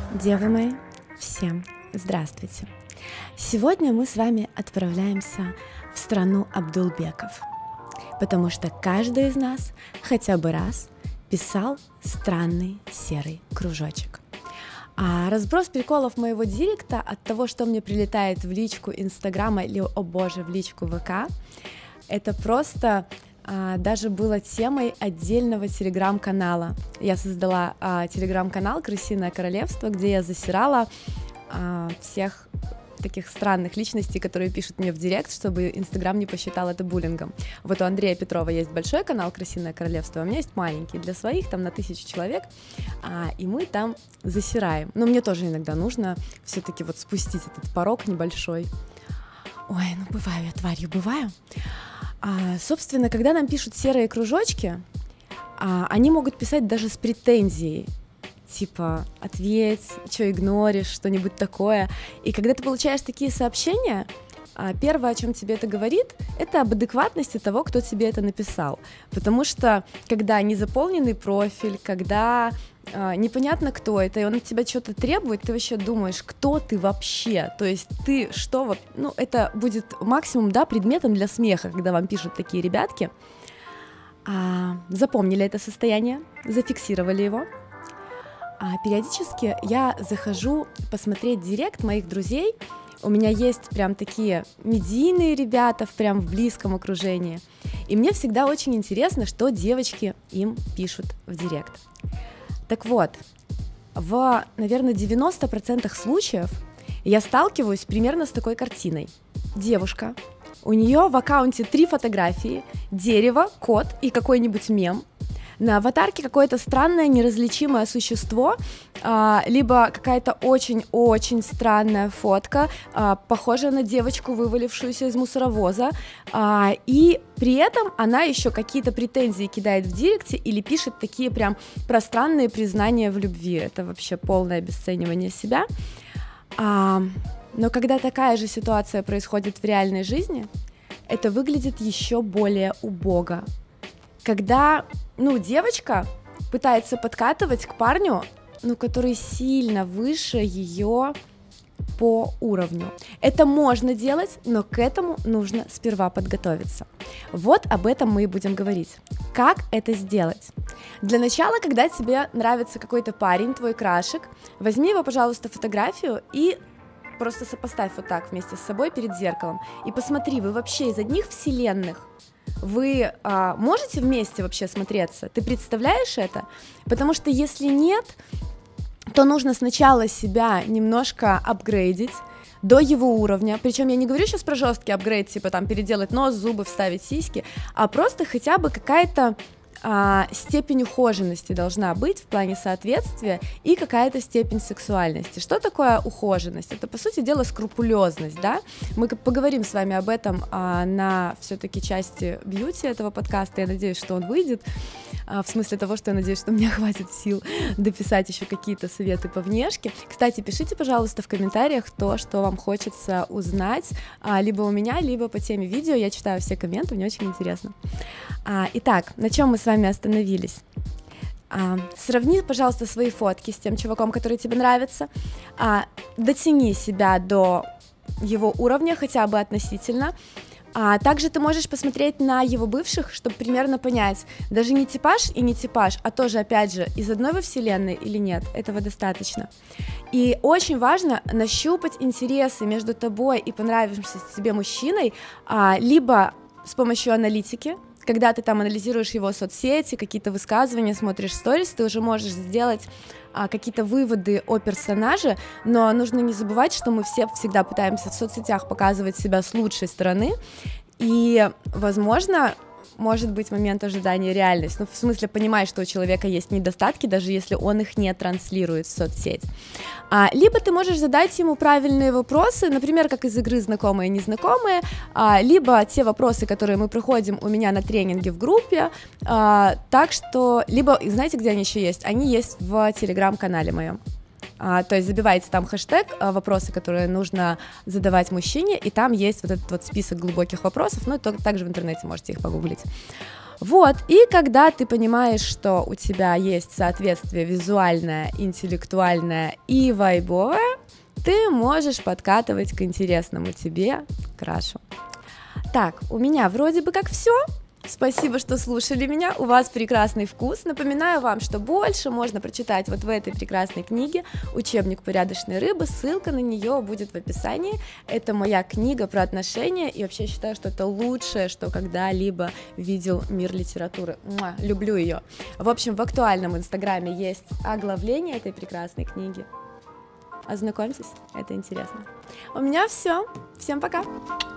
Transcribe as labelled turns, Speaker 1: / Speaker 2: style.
Speaker 1: Девы мои, всем здравствуйте! Сегодня мы с вами отправляемся в страну Абдулбеков, потому что каждый из нас хотя бы раз писал странный серый кружочек. А разброс приколов моего директа от того, что мне прилетает в личку Инстаграма или, о боже, в личку ВК, это просто даже было темой отдельного телеграм-канала. Я создала телеграм-канал «Крысиное королевство», где я засирала всех таких странных личностей, которые пишут мне в директ, чтобы Инстаграм не посчитал это буллингом. Вот у Андрея Петрова есть большой канал «Крысиное королевство», а у меня есть маленький, для своих, там на 1000 человек, и мы там засираем. Но мне тоже иногда нужно все-таки вот спустить этот порог небольшой. Ой, ну бываю я тварью, бываю. Собственно, когда нам пишут серые кружочки, они могут писать даже с претензией, типа «ответь», «что игноришь», что-нибудь такое. И когда ты получаешь такие сообщения, первое, о чем тебе это говорит, это об адекватности того, кто тебе это написал. Потому что когда незаполненный профиль, когда непонятно, кто это, и он от тебя что-то требует, ты вообще думаешь, кто ты вообще, то есть ты что, вот, ну, это будет максимум, да, предметом для смеха, когда вам пишут такие ребятки. Запомнили это состояние, зафиксировали его. Периодически я захожу посмотреть директ моих друзей. У меня есть прям такие медийные ребята прям в близком окружении, и мне всегда очень интересно, что девочки им пишут в директ. Так вот, в, наверное, 90% случаев я сталкиваюсь примерно с такой картиной. Девушка, у нее в аккаунте 3 фотографии, дерево, кот и какой-нибудь мем. На аватарке какое-то странное неразличимое существо, либо какая-то очень-очень странная фотка, похожая на девочку, вывалившуюся из мусоровоза, и при этом она еще какие-то претензии кидает в директе или пишет такие прям пространные признания в любви. Это вообще полное обесценивание себя. Но когда такая же ситуация происходит в реальной жизни, это выглядит еще более убого. Когда, девочка пытается подкатывать к парню, который сильно выше ее по уровню. Это можно делать, но к этому нужно сперва подготовиться. Вот об этом мы и будем говорить. Как это сделать? Для начала, когда тебе нравится какой-то парень, твой крашик, возьми его, пожалуйста, фотографию и просто сопоставь вот так вместе с собой перед зеркалом. И посмотри, вы вообще из одних вселенных. Вы можете вместе вообще смотреться? Ты представляешь это? Потому что если нет, то нужно сначала себя немножко апгрейдить до его уровня. Причем я не говорю сейчас про жесткий апгрейд, типа там переделать нос, зубы, вставить сиськи, а просто хотя бы какая-то степень ухоженности должна быть в плане соответствия и какая-то степень сексуальности. Что такое ухоженность? Это, по сути дела, скрупулезность, да? Мы поговорим с вами об этом на все-таки части бьюти этого подкаста. Я надеюсь, что он выйдет, в смысле того, что я надеюсь, что у меня хватит сил дописать еще какие-то советы по внешке. Кстати, пишите, пожалуйста, в комментариях то, что вам хочется узнать, либо у меня, либо по теме видео. Я читаю все комменты, мне очень интересно. Итак, на чем мы с вами остановились? Сравни, пожалуйста, свои фотки с тем чуваком, который тебе нравится, дотяни себя до его уровня, хотя бы относительно. Также ты можешь посмотреть на его бывших, чтобы примерно понять, даже не типаж и не типаж, а тоже, опять же, из одной во вселенной или нет, этого достаточно. И очень важно нащупать интересы между тобой и понравившимся тебе мужчиной, либо с помощью аналитики. Когда ты там анализируешь его соцсети, какие-то высказывания, смотришь сторис, ты уже можешь сделать какие-то выводы о персонаже, но нужно не забывать, что мы все всегда пытаемся в соцсетях показывать себя с лучшей стороны, и, возможно, может быть момент ожидания реальность, в смысле понимать, что у человека есть недостатки, даже если он их не транслирует в соцсеть. Либо ты можешь задать ему правильные вопросы, например, как из игры «Знакомые и незнакомые», либо те вопросы, которые мы проходим у меня на тренинге в группе, так что, либо, знаете, где они еще есть? Они есть в телеграм-канале моем. То есть забивайте там хэштег «Вопросы, которые нужно задавать мужчине», и там есть вот этот вот список глубоких вопросов, ну и также в интернете можете их погуглить. Вот, и когда ты понимаешь, что у тебя есть соответствие визуальное, интеллектуальное и вайбовое, ты можешь подкатывать к интересному тебе крашу. Так, у меня вроде бы как все. Спасибо, что слушали меня, у вас прекрасный вкус. Напоминаю вам, что больше можно прочитать вот в этой прекрасной книге «Учебник порядочной рыбы», ссылка на нее будет в описании. Это моя книга про отношения, и вообще считаю, что это лучшее, что когда-либо видел мир литературы. Люблю ее. В общем, в актуальном инстаграме есть оглавление этой прекрасной книги. Ознакомьтесь, это интересно. У меня все. Всем пока!